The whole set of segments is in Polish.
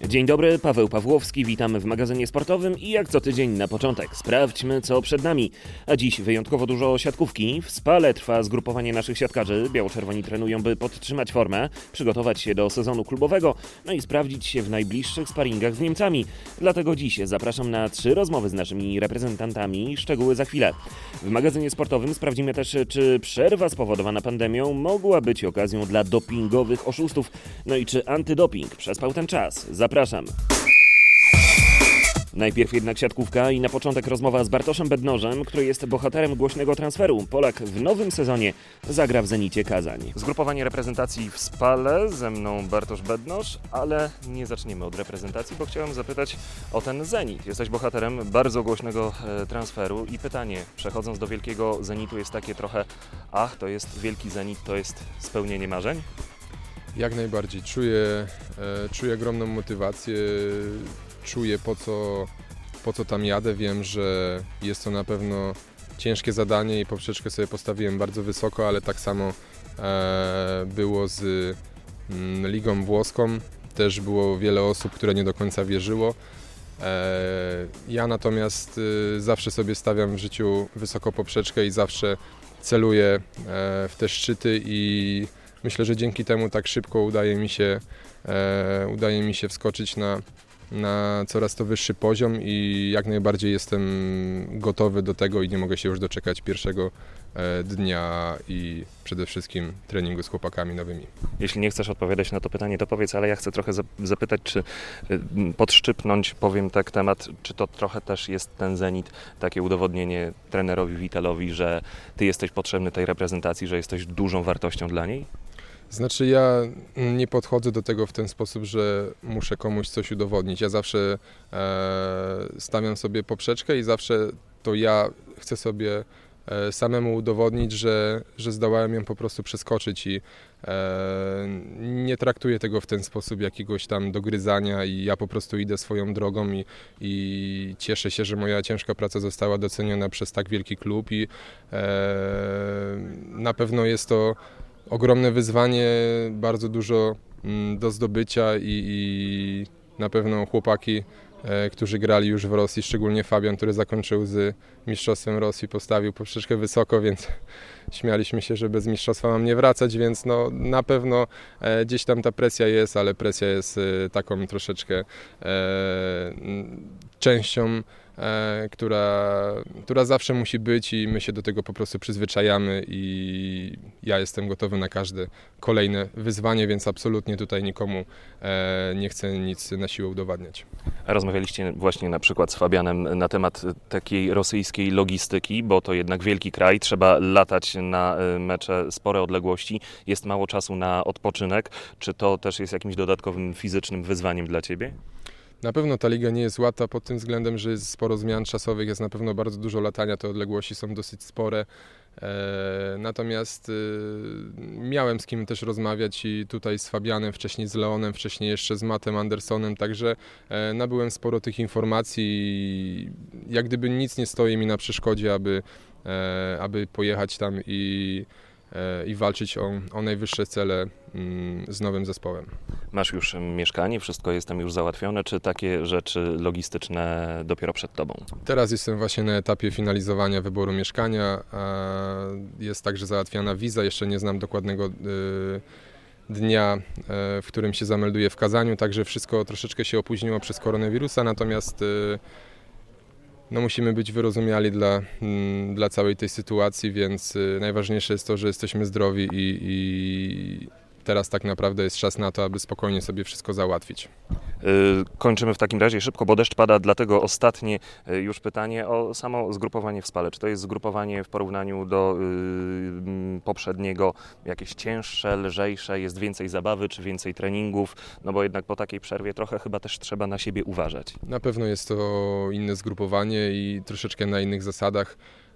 Dzień dobry, Paweł Pawłowski, witamy w magazynie sportowym i jak co tydzień na początek sprawdźmy, co przed nami. A dziś wyjątkowo dużo siatkówki. W Spale trwa zgrupowanie naszych siatkarzy. Biało-czerwoni trenują, by podtrzymać formę, przygotować się do sezonu klubowego, no i sprawdzić się w najbliższych sparingach z Niemcami. Dlatego dziś zapraszam na 3 rozmowy z naszymi reprezentantami. Szczegóły za chwilę. W magazynie sportowym sprawdzimy też, czy przerwa spowodowana pandemią mogła być okazją dla dopingowych oszustów, no i czy antydoping przespał ten czas. Zapraszam. Najpierw jednak siatkówka i na początek rozmowa z Bartoszem Bednożem, który jest bohaterem głośnego transferu. Polak w nowym sezonie zagra w Zenicie Kazań. Zgrupowanie reprezentacji w Spale, ze mną Bartosz Bednoż, ale nie zaczniemy od reprezentacji, bo chciałem zapytać o ten Zenit. Jesteś bohaterem bardzo głośnego transferu i pytanie, przechodząc do wielkiego Zenitu, jest takie trochę, to jest wielki Zenit, to jest spełnienie marzeń? Jak najbardziej. Czuję ogromną motywację, czuję po co tam jadę. Wiem, że jest to na pewno ciężkie zadanie i poprzeczkę sobie postawiłem bardzo wysoko, ale tak samo było z Ligą Włoską. Też było wiele osób, które nie do końca wierzyło. Ja natomiast zawsze sobie stawiam w życiu wysoko poprzeczkę i zawsze celuję w te szczyty i myślę, że dzięki temu tak szybko udaje mi się wskoczyć na coraz to wyższy poziom i jak najbardziej jestem gotowy do tego i nie mogę się już doczekać pierwszego dnia i przede wszystkim treningu z chłopakami nowymi. Jeśli nie chcesz odpowiadać na to pytanie, to powiedz, ale ja chcę trochę zapytać, czy podszczypnąć, powiem tak, temat, czy to trochę też jest ten Zenit, takie udowodnienie trenerowi Witalowi, że ty jesteś potrzebny tej reprezentacji, że jesteś dużą wartością dla niej? Znaczy ja nie podchodzę do tego w ten sposób, że muszę komuś coś udowodnić. Ja zawsze stawiam sobie poprzeczkę i zawsze to ja chcę sobie samemu udowodnić, że zdołałem ją po prostu przeskoczyć i nie traktuję tego w ten sposób jakiegoś tam dogryzania i ja po prostu idę swoją drogą i cieszę się, że moja ciężka praca została doceniona przez tak wielki klub i na pewno jest to ogromne wyzwanie, bardzo dużo do zdobycia i na pewno chłopaki, którzy grali już w Rosji, szczególnie Fabian, który zakończył z mistrzostwem Rosji, postawił poprzeczkę wysoko, więc śmialiśmy się, że bez mistrzostwa mam nie wracać, więc na pewno gdzieś tam ta presja jest, ale presja jest taką troszeczkę częścią, która zawsze musi być i my się do tego po prostu przyzwyczajamy i ja jestem gotowy na każde kolejne wyzwanie, więc absolutnie tutaj nikomu nie chcę nic na siłę udowadniać. Rozmawialiście właśnie na przykład z Fabianem na temat takiej rosyjskiej logistyki, bo to jednak wielki kraj, trzeba latać na mecze spore odległości, jest mało czasu na odpoczynek. Czy to też jest jakimś dodatkowym fizycznym wyzwaniem dla Ciebie? Na pewno ta liga nie jest łatwa pod tym względem, że jest sporo zmian czasowych, jest na pewno bardzo dużo latania, te odległości są dosyć spore. Natomiast miałem z kim też rozmawiać i tutaj z Fabianem, wcześniej z Leonem, wcześniej jeszcze z Mattem Andersonem, także nabyłem sporo tych informacji i jak gdyby nic nie stoi mi na przeszkodzie, aby pojechać tam i walczyć o najwyższe cele z nowym zespołem. Masz już mieszkanie, wszystko jest tam już załatwione, czy takie rzeczy logistyczne dopiero przed Tobą? Teraz jestem właśnie na etapie finalizowania wyboru mieszkania. Jest także załatwiana wiza, jeszcze nie znam dokładnego dnia, w którym się zamelduję w Kazaniu, także wszystko troszeczkę się opóźniło przez koronawirusa, natomiast musimy być wyrozumiali dla całej tej sytuacji, więc najważniejsze jest to, że jesteśmy zdrowi i teraz tak naprawdę jest czas na to, aby spokojnie sobie wszystko załatwić. Kończymy w takim razie szybko, bo deszcz pada, dlatego ostatnie już pytanie o samo zgrupowanie w Spale. Czy to jest zgrupowanie w porównaniu do poprzedniego jakieś cięższe, lżejsze, jest więcej zabawy czy więcej treningów? No bo jednak po takiej przerwie trochę chyba też trzeba na siebie uważać. Na pewno jest to inne zgrupowanie i troszeczkę na innych zasadach.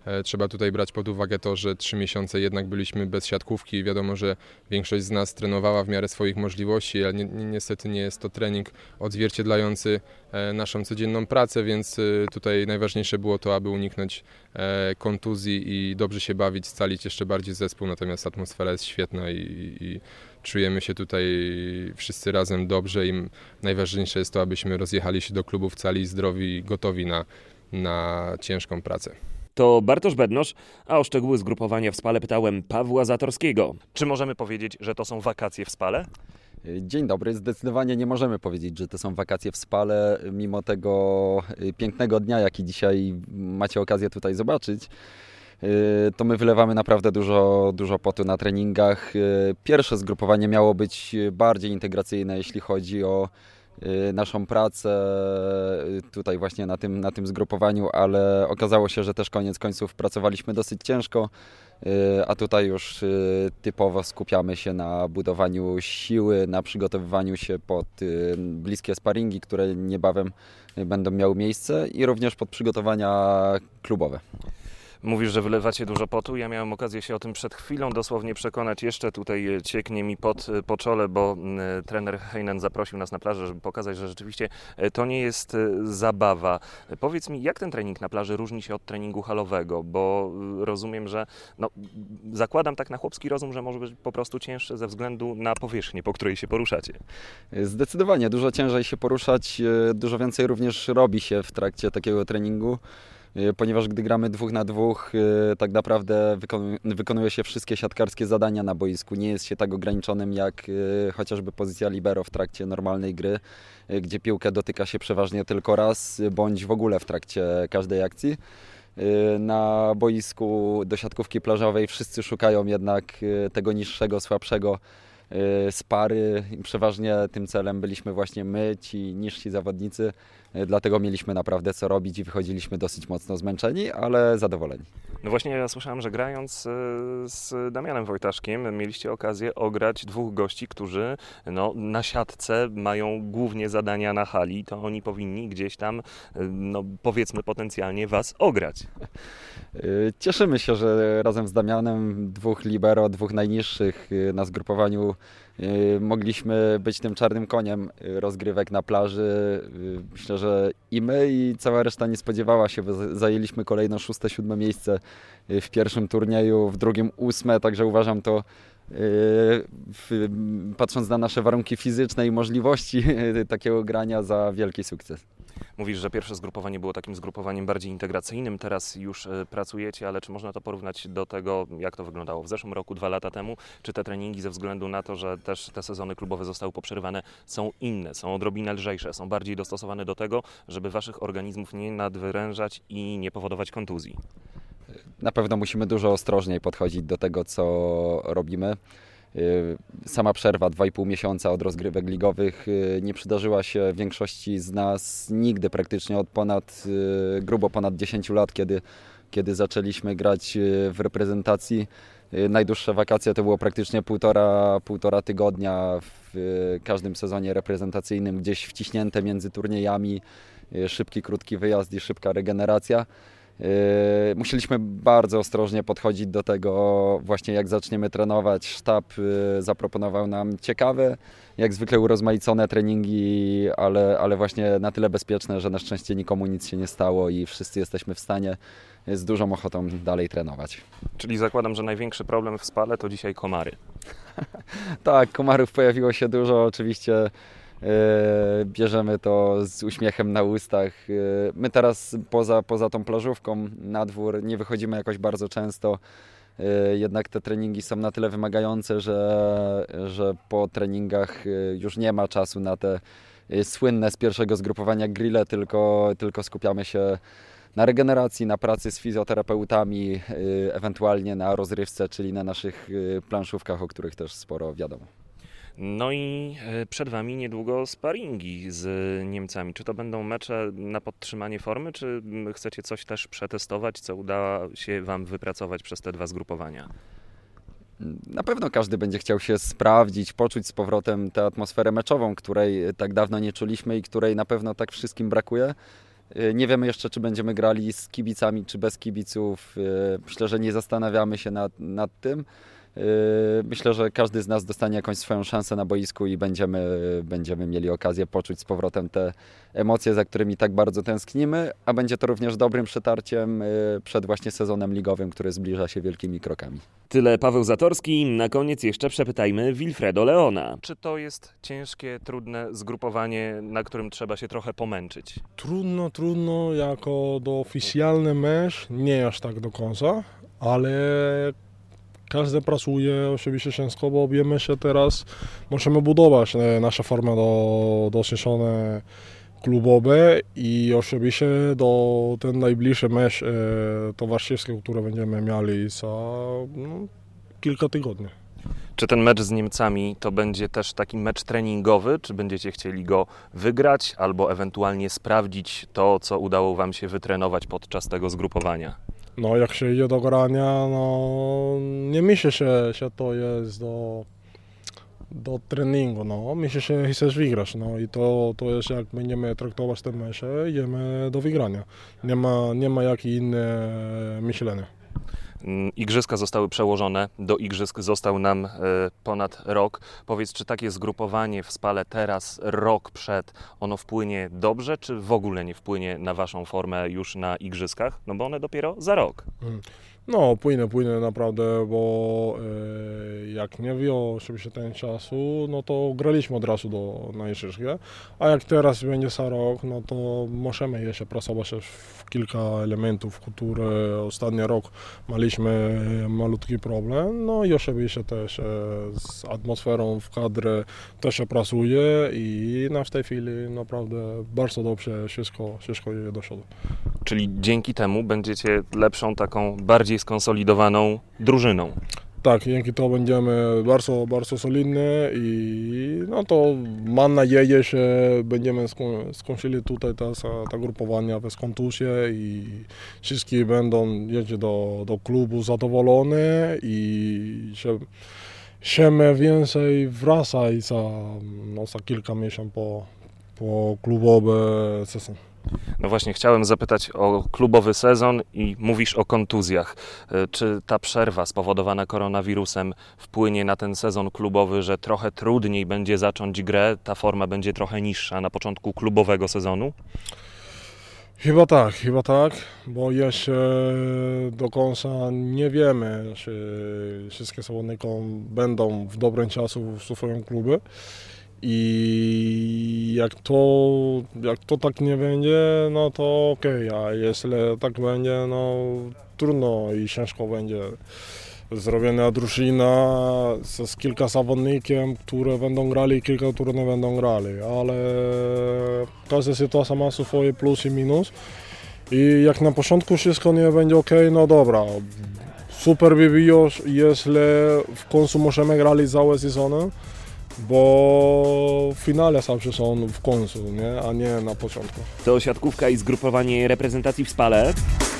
Trzeba tutaj brać pod uwagę to, że 3 miesiące jednak byliśmy bez siatkówki i wiadomo, że większość z nas trenowała w miarę swoich możliwości, ale niestety nie jest to trening odzwierciedlający naszą codzienną pracę, więc tutaj najważniejsze było to, aby uniknąć kontuzji i dobrze się bawić, scalić jeszcze bardziej zespół, natomiast atmosfera jest świetna i czujemy się tutaj wszyscy razem dobrze i najważniejsze jest to, abyśmy rozjechali się do klubów cali, zdrowi i gotowi na ciężką pracę. To Bartosz Bednosz, a o szczegóły zgrupowania w Spale pytałem Pawła Zatorskiego. Czy możemy powiedzieć, że to są wakacje w Spale? Dzień dobry. Zdecydowanie nie możemy powiedzieć, że to są wakacje w Spale, mimo tego pięknego dnia, jaki dzisiaj macie okazję tutaj zobaczyć. To my wylewamy naprawdę dużo potu na treningach. Pierwsze zgrupowanie miało być bardziej integracyjne, jeśli chodzi o naszą pracę tutaj właśnie na tym zgrupowaniu, ale okazało się, że też koniec końców pracowaliśmy dosyć ciężko, a tutaj już typowo skupiamy się na budowaniu siły, na przygotowywaniu się pod bliskie sparingi, które niebawem będą miały miejsce i również pod przygotowania klubowe. Mówisz, że wylewacie dużo potu. Ja miałem okazję się o tym przed chwilą dosłownie przekonać. Jeszcze tutaj cieknie mi pot po czole, bo trener Heinen zaprosił nas na plażę, żeby pokazać, że rzeczywiście to nie jest zabawa. Powiedz mi, jak ten trening na plaży różni się od treningu halowego? Bo rozumiem, że zakładam tak na chłopski rozum, że może być po prostu cięższy ze względu na powierzchnię, po której się poruszacie. Zdecydowanie, dużo ciężej się poruszać, dużo więcej również robi się w trakcie takiego treningu. Ponieważ gdy gramy 2 na 2, tak naprawdę wykonuje się wszystkie siatkarskie zadania na boisku. Nie jest się tak ograniczonym jak chociażby pozycja libero w trakcie normalnej gry, gdzie piłkę dotyka się przeważnie tylko raz, bądź w ogóle w trakcie każdej akcji. Na boisku do siatkówki plażowej wszyscy szukają jednak tego niższego, słabszego z pary i przeważnie tym celem byliśmy właśnie my, ci niżsi zawodnicy, dlatego mieliśmy naprawdę co robić i wychodziliśmy dosyć mocno zmęczeni, ale zadowoleni. No właśnie ja słyszałem, że grając z Damianem Wojtaszkiem mieliście okazję ograć 2 gości, którzy na siatce mają głównie zadania na hali, to oni powinni gdzieś tam, powiedzmy potencjalnie was ograć. Cieszymy się, że razem z Damianem 2 libero, 2 najniższych na zgrupowaniu mogliśmy być tym czarnym koniem rozgrywek na plaży. Myślę, że i my, i cała reszta nie spodziewała się, bo zajęliśmy kolejno 6-7 miejsce w pierwszym turnieju, w drugim 8, także uważam to, patrząc na nasze warunki fizyczne i możliwości takiego grania, za wielki sukces. Mówisz, że pierwsze zgrupowanie było takim zgrupowaniem bardziej integracyjnym, teraz już pracujecie, ale czy można to porównać do tego, jak to wyglądało w zeszłym roku, 2 lata temu? Czy te treningi ze względu na to, że też te sezony klubowe zostały poprzerywane, są inne, są odrobinę lżejsze, są bardziej dostosowane do tego, żeby waszych organizmów nie nadwyrężać i nie powodować kontuzji? Na pewno musimy dużo ostrożniej podchodzić do tego, co robimy. Sama przerwa 2,5 miesiąca od rozgrywek ligowych nie przydarzyła się większości z nas nigdy praktycznie od grubo ponad 10 lat, kiedy zaczęliśmy grać w reprezentacji. Najdłuższe wakacje to było praktycznie półtora tygodnia w każdym sezonie reprezentacyjnym, gdzieś wciśnięte między turniejami, szybki, krótki wyjazd i szybka regeneracja. Musieliśmy bardzo ostrożnie podchodzić do tego właśnie, jak zaczniemy trenować. Sztab zaproponował nam ciekawe, jak zwykle urozmaicone treningi, ale właśnie na tyle bezpieczne, że na szczęście nikomu nic się nie stało i wszyscy jesteśmy w stanie z dużą ochotą dalej trenować. Czyli zakładam, że największy problem w Spale to dzisiaj komary. Tak, komarów pojawiło się dużo, oczywiście. Bierzemy to z uśmiechem na ustach. My teraz poza tą plażówką na dwór nie wychodzimy jakoś bardzo często. Jednak te treningi są na tyle wymagające, że po treningach już nie ma czasu na te słynne z pierwszego zgrupowania grille, tylko skupiamy się na regeneracji, na pracy z fizjoterapeutami, ewentualnie na rozrywce, czyli na naszych planszówkach, o których też sporo wiadomo. No i przed wami niedługo sparingi z Niemcami. Czy to będą mecze na podtrzymanie formy, czy chcecie coś też przetestować, co uda się wam wypracować przez te 2 zgrupowania? Na pewno każdy będzie chciał się sprawdzić, poczuć z powrotem tę atmosferę meczową, której tak dawno nie czuliśmy i której na pewno tak wszystkim brakuje. Nie wiemy jeszcze, czy będziemy grali z kibicami, czy bez kibiców. Myślę, że nie zastanawiamy się nad tym. Myślę, że każdy z nas dostanie jakąś swoją szansę na boisku i będziemy mieli okazję poczuć z powrotem te emocje, za którymi tak bardzo tęsknimy, a będzie to również dobrym przetarciem przed właśnie sezonem ligowym, który zbliża się wielkimi krokami. Tyle Paweł Zatorski. Na koniec jeszcze przepytajmy Wilfredo Leona. Czy to jest ciężkie, trudne zgrupowanie, na którym trzeba się trochę pomęczyć? Trudno, jako do oficjalny mecz, nie aż tak do końca, ale każdy pracuje oczywiście ciężko, bo wiemy, że teraz możemy budować nasze formy do sezonu klubowe i oczywiście do ten najbliższy mecz towarzyski, który będziemy mieli za kilka tygodni. Czy ten mecz z Niemcami to będzie też taki mecz treningowy, czy będziecie chcieli go wygrać albo ewentualnie sprawdzić to, co udało Wam się wytrenować podczas tego zgrupowania? No, jak się idzie do grania, nie myślę, że to jest do treningu, myślę, że chcesz wygrać, i to jest, jak będziemy traktować te mecze, idziemy do wygrania. Nie ma jakiej inne myślenia. Igrzyska zostały przełożone, do igrzysk został nam ponad rok. Powiedz, czy takie zgrupowanie w Spale teraz, rok przed, ono wpłynie dobrze, czy w ogóle nie wpłynie na Waszą formę już na igrzyskach? No bo one dopiero za rok. No, płynę naprawdę, bo jak nie było oczywiście ten czasu, to graliśmy od razu na igrzyskach, a jak teraz będzie za rok, to możemy jeszcze pracować w kilka elementów, które ostatni rok mieliśmy malutki problem, i oczywiście też z atmosferą w kadrze też się pracuje i w tej chwili naprawdę bardzo dobrze wszystko idzie do przodu. Czyli dzięki temu będziecie lepszą, taką bardziej skonsolidowaną drużyną. Tak, dzięki to będziemy bardzo, bardzo solidni i to mam nadzieję, że będziemy skończyli tutaj te grupowania bez kontuzji i wszyscy będą jeździć do klubu zadowoleni i że chcemy więcej wracać za kilka miesięcy po klubowy sezon. No właśnie, chciałem zapytać o klubowy sezon i mówisz o kontuzjach. Czy ta przerwa spowodowana koronawirusem wpłynie na ten sezon klubowy, że trochę trudniej będzie zacząć grę, ta forma będzie trochę niższa na początku klubowego sezonu? Chyba tak, bo jeszcze do końca nie wiemy, czy wszystkie zawodnicy będą w dobrym czasu w swoim klubie. I jak to tak nie będzie, to okej, a jeśli tak będzie, trudno i ciężko będzie zrobiona drużyna z kilka zawodnikiem, które będą grali i kilka, które nie będą grali, ale każda sytuacja ma swoje plus i minus i jak na początku wszystko nie będzie okej, dobra, super by było, jeśli w końcu możemy grali całe sezony, bo w finale zawsze są w końcu, a nie na początku. To siatkówka i zgrupowanie reprezentacji w Spale.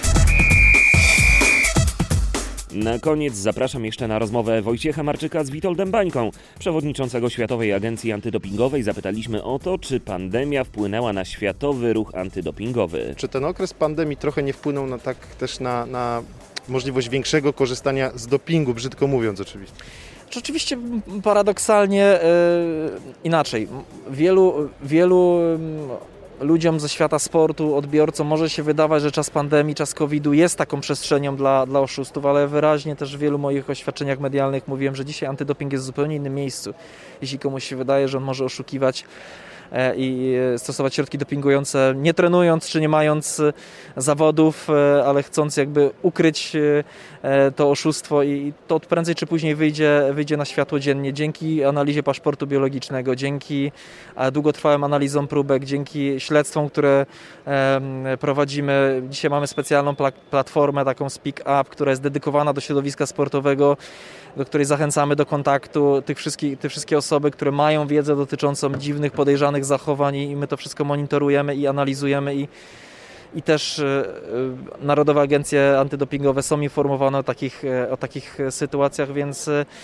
Na koniec zapraszam jeszcze na rozmowę Wojciecha Marczyka z Witoldem Bańką, przewodniczącego Światowej Agencji Antydopingowej. Zapytaliśmy o to, czy pandemia wpłynęła na światowy ruch antydopingowy. Czy ten okres pandemii trochę nie wpłynął na możliwość większego korzystania z dopingu, brzydko mówiąc oczywiście? Oczywiście paradoksalnie inaczej. Wielu ludziom ze świata sportu, odbiorcom może się wydawać, że czas pandemii, czas COVID-u jest taką przestrzenią dla oszustów, ale wyraźnie też w wielu moich oświadczeniach medialnych mówiłem, że dzisiaj antydoping jest w zupełnie innym miejscu. Jeśli komuś się wydaje, że on może oszukiwać i stosować środki dopingujące, nie trenując czy nie mając zawodów, ale chcąc jakby ukryć to oszustwo i to prędzej czy później wyjdzie na światło dziennie dzięki analizie paszportu biologicznego, dzięki długotrwałym analizom próbek, dzięki śledztwom, które prowadzimy. Dzisiaj mamy specjalną platformę, taką Speak Up, która jest dedykowana do środowiska sportowego, do której zachęcamy do kontaktu te wszystkie osoby, które mają wiedzę dotyczącą dziwnych, podejrzanych zachowań i my to wszystko monitorujemy i analizujemy i też Narodowe Agencje Antydopingowe są informowane o takich sytuacjach, więc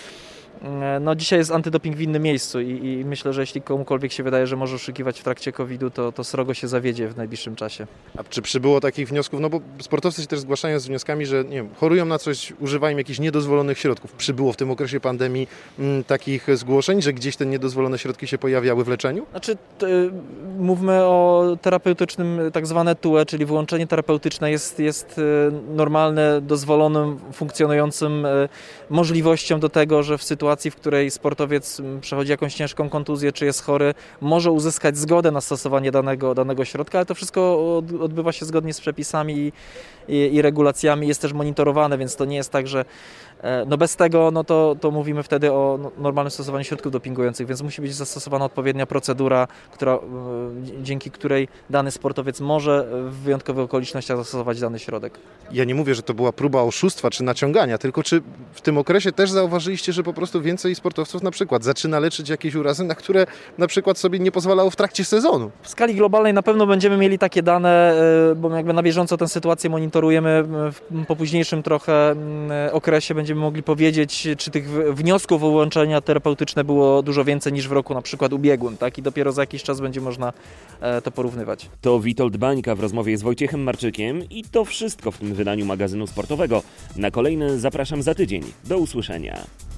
No dzisiaj jest antydoping w innym miejscu i myślę, że jeśli komukolwiek się wydaje, że może oszukiwać w trakcie COVID-u, to srogo się zawiedzie w najbliższym czasie. A czy przybyło takich wniosków? No bo sportowcy się też zgłaszają z wnioskami, że nie wiem, chorują na coś, używają jakichś niedozwolonych środków. Przybyło w tym okresie pandemii takich zgłoszeń, że gdzieś te niedozwolone środki się pojawiały w leczeniu? Znaczy, mówmy o terapeutycznym, tak zwane TUE, czyli wyłączenie terapeutyczne jest normalne, dozwolonym, funkcjonującym możliwością do tego, że w sytuacji, w której sportowiec przechodzi jakąś ciężką kontuzję, czy jest chory, może uzyskać zgodę na stosowanie danego środka, ale to wszystko odbywa się zgodnie z przepisami i regulacjami, jest też monitorowane, więc to nie jest tak, że bez tego to mówimy wtedy o normalnym stosowaniu środków dopingujących, więc musi być zastosowana odpowiednia procedura, dzięki której dany sportowiec może w wyjątkowych okolicznościach zastosować dany środek. Ja nie mówię, że to była próba oszustwa czy naciągania, tylko czy w tym okresie też zauważyliście, że po prostu więcej sportowców na przykład zaczyna leczyć jakieś urazy, na które na przykład sobie nie pozwalało w trakcie sezonu? W skali globalnej na pewno będziemy mieli takie dane, bo jakby na bieżąco tę sytuację monitorujemy. Po późniejszym trochę okresie będziemy mogli powiedzieć, czy tych wniosków o wyłączenia terapeutyczne było dużo więcej niż w roku na przykład ubiegłym, tak? I dopiero za jakiś czas będzie można to porównywać. To Witold Bańka w rozmowie z Wojciechem Marczykiem i to wszystko w tym wydaniu magazynu sportowego. Na kolejny zapraszam za tydzień. Do usłyszenia.